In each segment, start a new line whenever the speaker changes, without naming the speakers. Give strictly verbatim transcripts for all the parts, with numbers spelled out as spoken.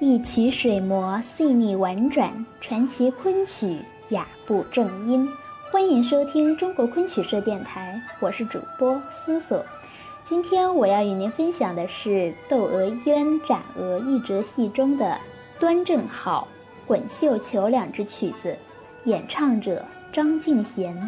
一曲水磨细腻婉转，传奇昆曲雅步正音。欢迎收听中国昆曲社电台，我是主播思索。今天我要与您分享的是《窦娥冤斩娥》一折戏中的《端正好》《滚绣球》两支曲子，演唱者张敬贤。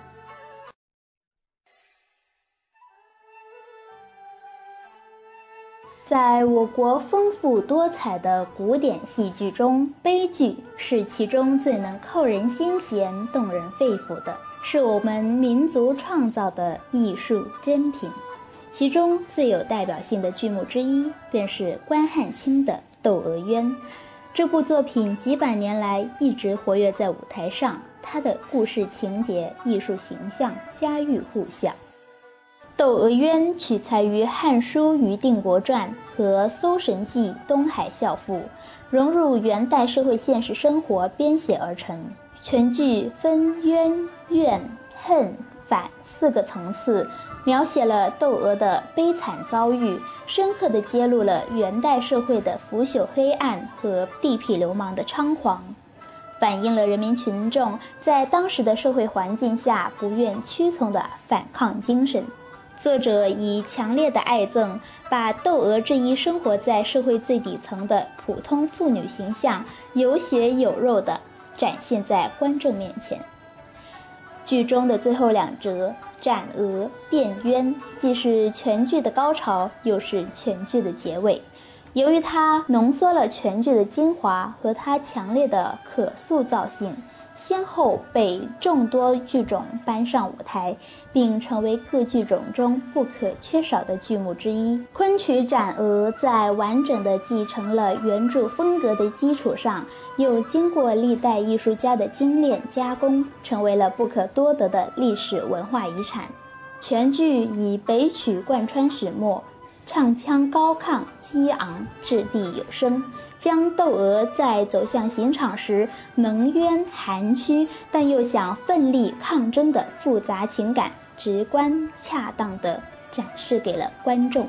在我国丰富多彩的古典戏剧中，悲剧是其中最能扣人心弦、动人肺腑的，是我们民族创造的艺术珍品。其中最有代表性的剧目之一，便是关汉卿的《窦娥冤》。这部作品几百年来一直活跃在舞台上，它的故事情节、艺术形象家喻户晓。《窦娥冤》取材于《汉书·余定国传》和《搜神记·东海孝妇》，融入元代社会现实生活编写而成。全剧分冤、怨、恨、反四个层次，描写了窦娥的悲惨遭遇，深刻地揭露了元代社会的腐朽黑暗和地痞流氓的猖狂，反映了人民群众在当时的社会环境下不愿屈从的反抗精神。作者以强烈的爱憎，把窦娥这一生活在社会最底层的普通妇女形象有血有肉地展现在观众面前。剧中的最后两折斩娥辩冤，既是全剧的高潮，又是全剧的结尾。由于它浓缩了全剧的精华和它强烈的可塑造性，先后被众多剧种搬上舞台，并成为各剧种中不可缺少的剧目之一。昆曲斩娥在完整的继承了原著风格的基础上，又经过历代艺术家的精炼加工，成为了不可多得的历史文化遗产。全剧以北曲贯穿始末，唱腔高亢激昂，掷地有声，将窦娥在走向刑场时能冤含屈但又想奋力抗争的复杂情感直观恰当地展示给了观众。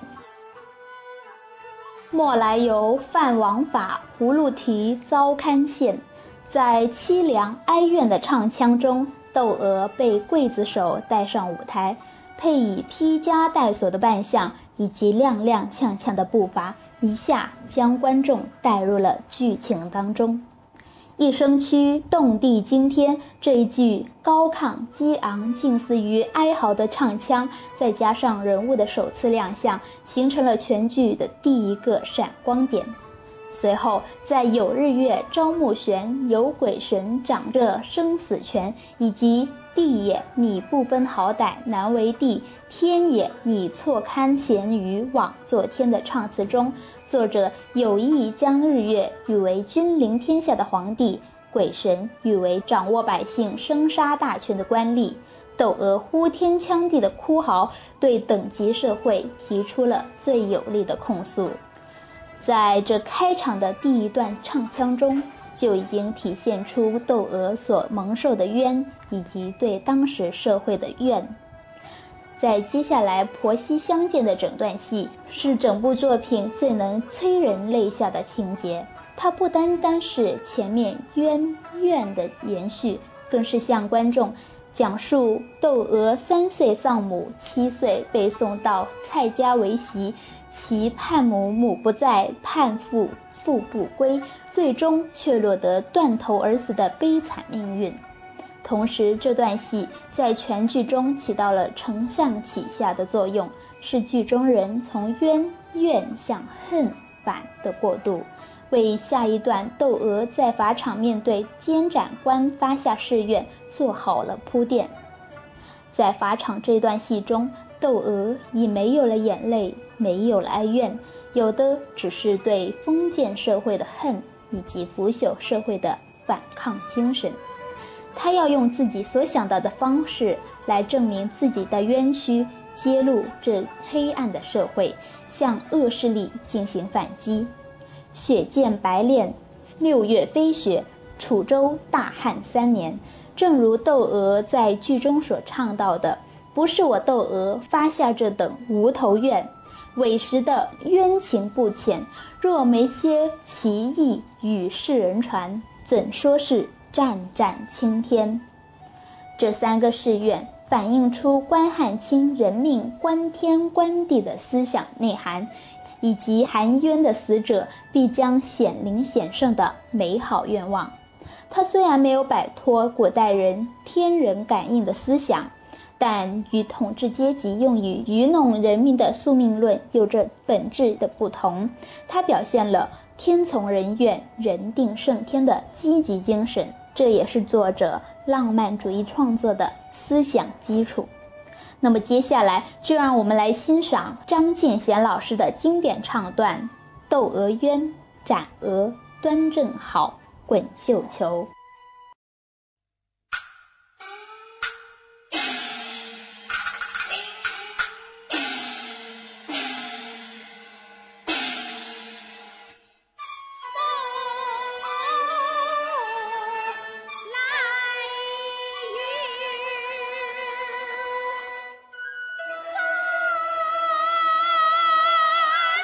莫来由犯王法，葫芦蹄遭勘陷。在凄凉哀怨的唱腔中，窦娥被刽子手带上舞台，配以披枷带锁的扮相以及踉踉跄跄的步伐，一下将观众带入了剧情当中。一声屈动地惊天这一句高亢激昂近似于哀嚎的唱腔，再加上人物的首次亮相，形成了全剧的第一个闪光点。随后在有日月招募玄，有鬼神掌着生死权，以及地也你不分好歹难为地，天也你错堪咸鱼枉做天的唱词中，作者有意将日月誉为君临天下的皇帝，鬼神誉为掌握百姓生杀大权的官吏，窦娥呼天抢地的哭嚎对等级社会提出了最有力的控诉。在这开场的第一段唱腔中，就已经体现出窦娥所蒙受的冤以及对当时社会的怨。在接下来婆媳相见的整段戏，是整部作品最能催人泪下的情节。它不单单是前面冤怨的延续，更是向观众讲述窦娥三岁丧母，七岁被送到蔡家为媳，其盼母母不在，盼父父不归，最终却落得断头而死的悲惨命运。同时这段戏在全剧中起到了承上启下的作用，是剧中人从冤怨向恨反的过渡，为下一段窦娥在法场面对监斩官发下誓愿做好了铺垫。在法场这段戏中，窦娥已没有了眼泪，没有了哀怨，有的只是对封建社会的恨以及腐朽社会的反抗精神。他要用自己所想到的方式来证明自己的冤屈，揭露这黑暗的社会，向恶势力进行反击。血溅白练，六月飞雪，楚州大旱三年。正如窦娥在剧中所唱到的，不是我窦娥发下这等无头怨，委实的冤情不浅， 若没些奇异与世人传，怎说是战战青天？这三个誓愿反映出关汉卿人命关天关地的思想内涵，以及含冤的死者必将显灵显圣的美好愿望。他虽然没有摆脱古代人天人感应的思想，但与统治阶级用以愚弄人民的宿命论有着本质的不同。他表现了天从人愿，人定胜天的积极精神，这也是作者浪漫主义创作的思想基础。那么接下来就让我们来欣赏张敬贤老师的经典唱段：窦娥冤，斩娥，端正好，滚绣球。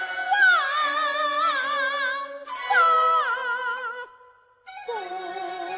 Oh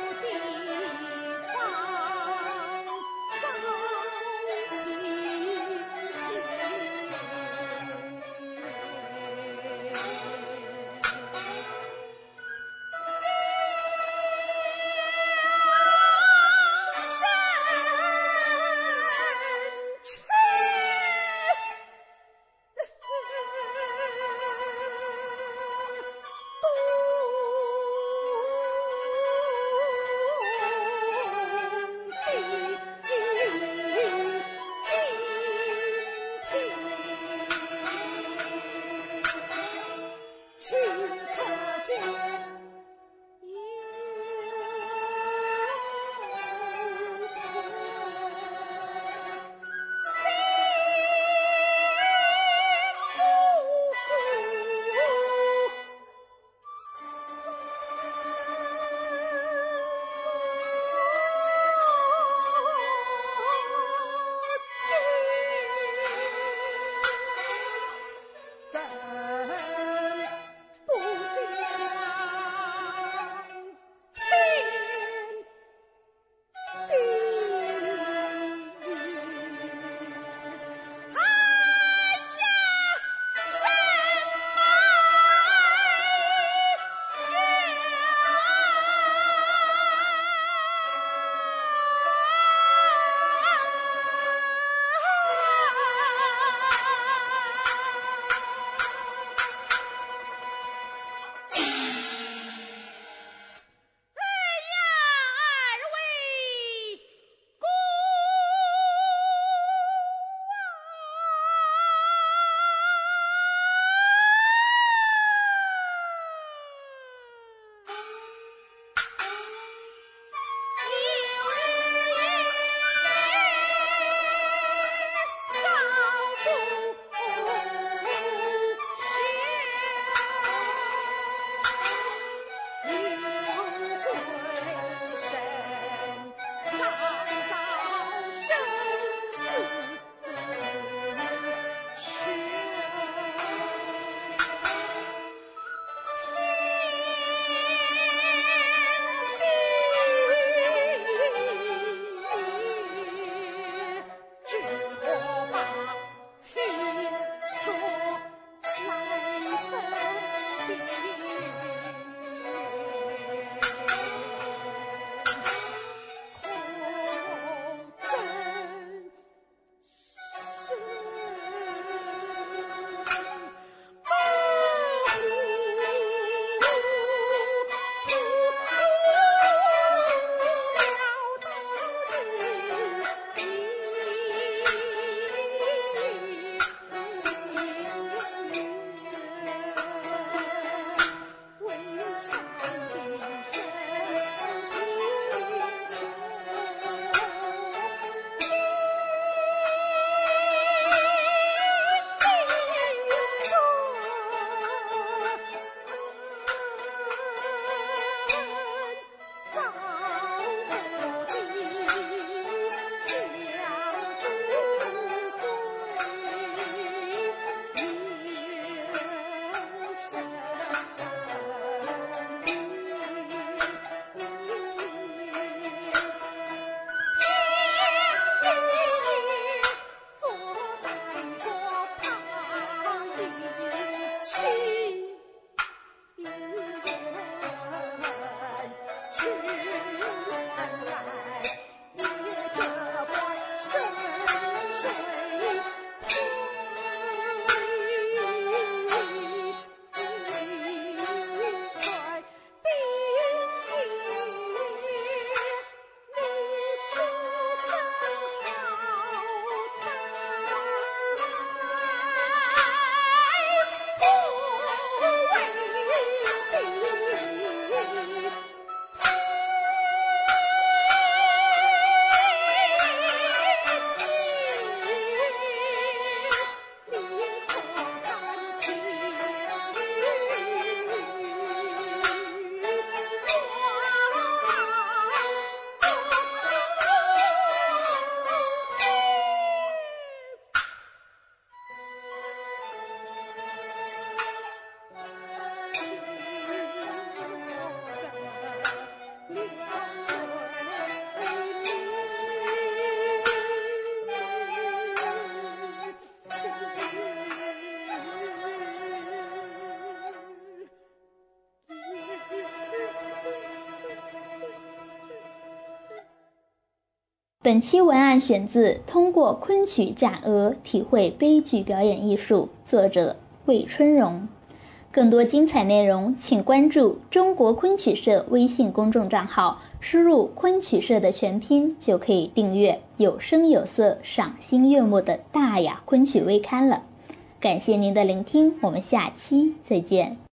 本期文案选自《通过昆曲展鹅体会悲剧表演艺术》，作者魏春荣。更多精彩内容，请关注中国昆曲社微信公众账号，输入昆曲社的全拼就可以订阅有声有色、赏心悦目的大雅昆曲微刊了。感谢您的聆听，我们下期再见。